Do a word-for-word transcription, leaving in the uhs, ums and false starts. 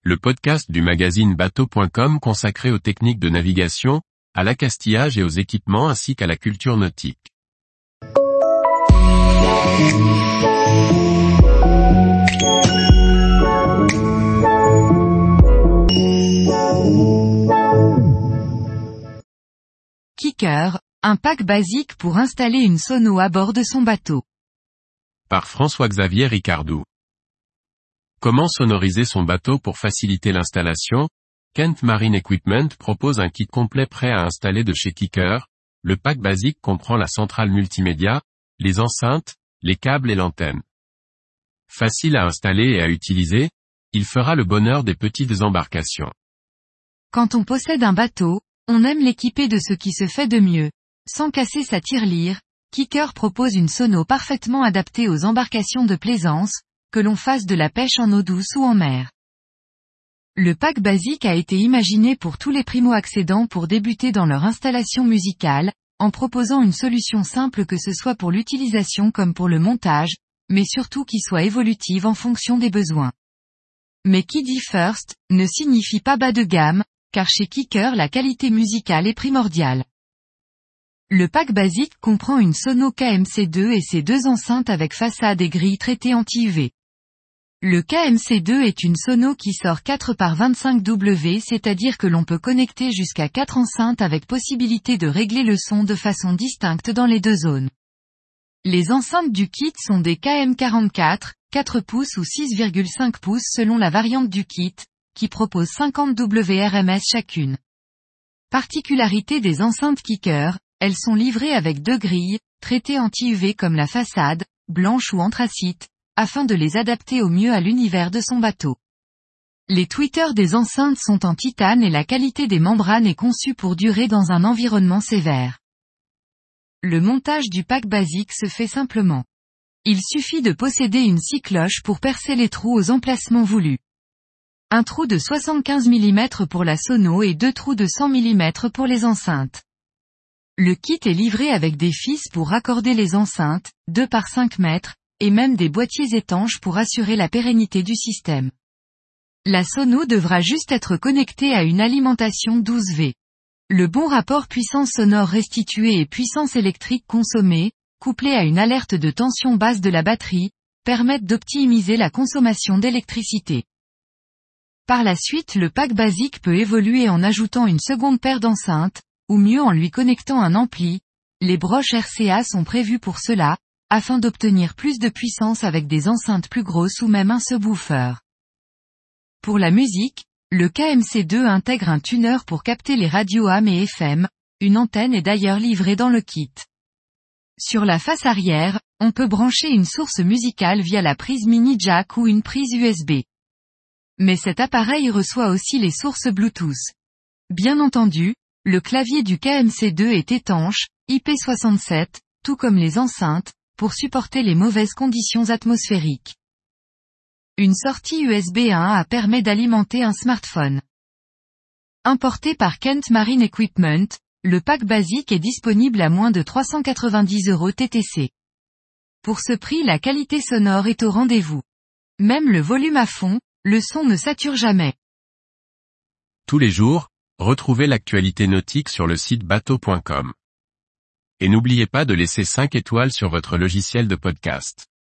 le podcast du magazine bateau point com consacré aux techniques de navigation, à l'accastillage et aux équipements ainsi qu'à la culture nautique. Kicker, un pack basique pour installer une sono à bord de son bateau. Par François-Xavier Ricardou. Comment sonoriser son bateau pour faciliter l'installation? Kent Marine Equipment propose un kit complet prêt à installer de chez Kicker. Le pack basique comprend la centrale multimédia, les enceintes, les câbles et l'antenne. Facile à installer et à utiliser, il fera le bonheur des petites embarcations. Quand on possède un bateau, on aime l'équiper de ce qui se fait de mieux. Sans casser sa tirelire, Kicker propose une sono parfaitement adaptée aux embarcations de plaisance, que l'on fasse de la pêche en eau douce ou en mer. Le pack basique a été imaginé pour tous les primo-accédants pour débuter dans leur installation musicale, en proposant une solution simple que ce soit pour l'utilisation comme pour le montage, mais surtout qui soit évolutive en fonction des besoins. Mais qui dit first, ne signifie pas bas de gamme, car chez Kicker la qualité musicale est primordiale. Le pack basique comprend une sono K M C deux et ses deux enceintes avec façade et grille traitée anti-U V. Le K M C deux est une sono qui sort quatre par vingt-cinq W, c'est-à-dire que l'on peut connecter jusqu'à quatre enceintes avec possibilité de régler le son de façon distincte dans les deux zones. Les enceintes du kit sont des K M quarante-quatre, quatre pouces ou six virgule cinq pouces selon la variante du kit, qui propose cinquante W R M S chacune. Particularité des enceintes Kicker, elles sont livrées avec deux grilles, traitées anti-U V comme la façade, blanche ou anthracite, afin de les adapter au mieux à l'univers de son bateau. Les tweeters des enceintes sont en titane et la qualité des membranes est conçue pour durer dans un environnement sévère. Le montage du pack basique se fait simplement. Il suffit de posséder une scie cloche pour percer les trous aux emplacements voulus. Un trou de soixante-quinze millimètres pour la sono et deux trous de cent millimètres pour les enceintes. Le kit est livré avec des fils pour raccorder les enceintes, deux par cinq mètres, et même des boîtiers étanches pour assurer la pérennité du système. La sono devra juste être connectée à une alimentation douze volts. Le bon rapport puissance sonore restituée et puissance électrique consommée, couplé à une alerte de tension basse de la batterie, permettent d'optimiser la consommation d'électricité. Par la suite, le pack basique peut évoluer en ajoutant une seconde paire d'enceintes, ou mieux en lui connectant un ampli. Les broches R C A sont prévues pour cela, afin d'obtenir plus de puissance avec des enceintes plus grosses ou même un subwoofer. Pour la musique, le K M C deux intègre un tuner pour capter les radios A M et F M, une antenne est d'ailleurs livrée dans le kit. Sur la face arrière, on peut brancher une source musicale via la prise mini jack ou une prise U S B. Mais cet appareil reçoit aussi les sources Bluetooth. Bien entendu, le clavier du K M C deux est étanche, I P soixante-sept, tout comme les enceintes, pour supporter les mauvaises conditions atmosphériques. Une sortie U S B un A permet d'alimenter un smartphone. Importé par Kent Marine Equipment, le pack basique est disponible à moins de trois cent quatre-vingt-dix euros T T C. Pour ce prix, la qualité sonore est au rendez-vous. Même le volume à fond, le son ne sature jamais. Tous les jours, retrouvez l'actualité nautique sur le site bateau point com. Et n'oubliez pas de laisser cinq étoiles sur votre logiciel de podcast.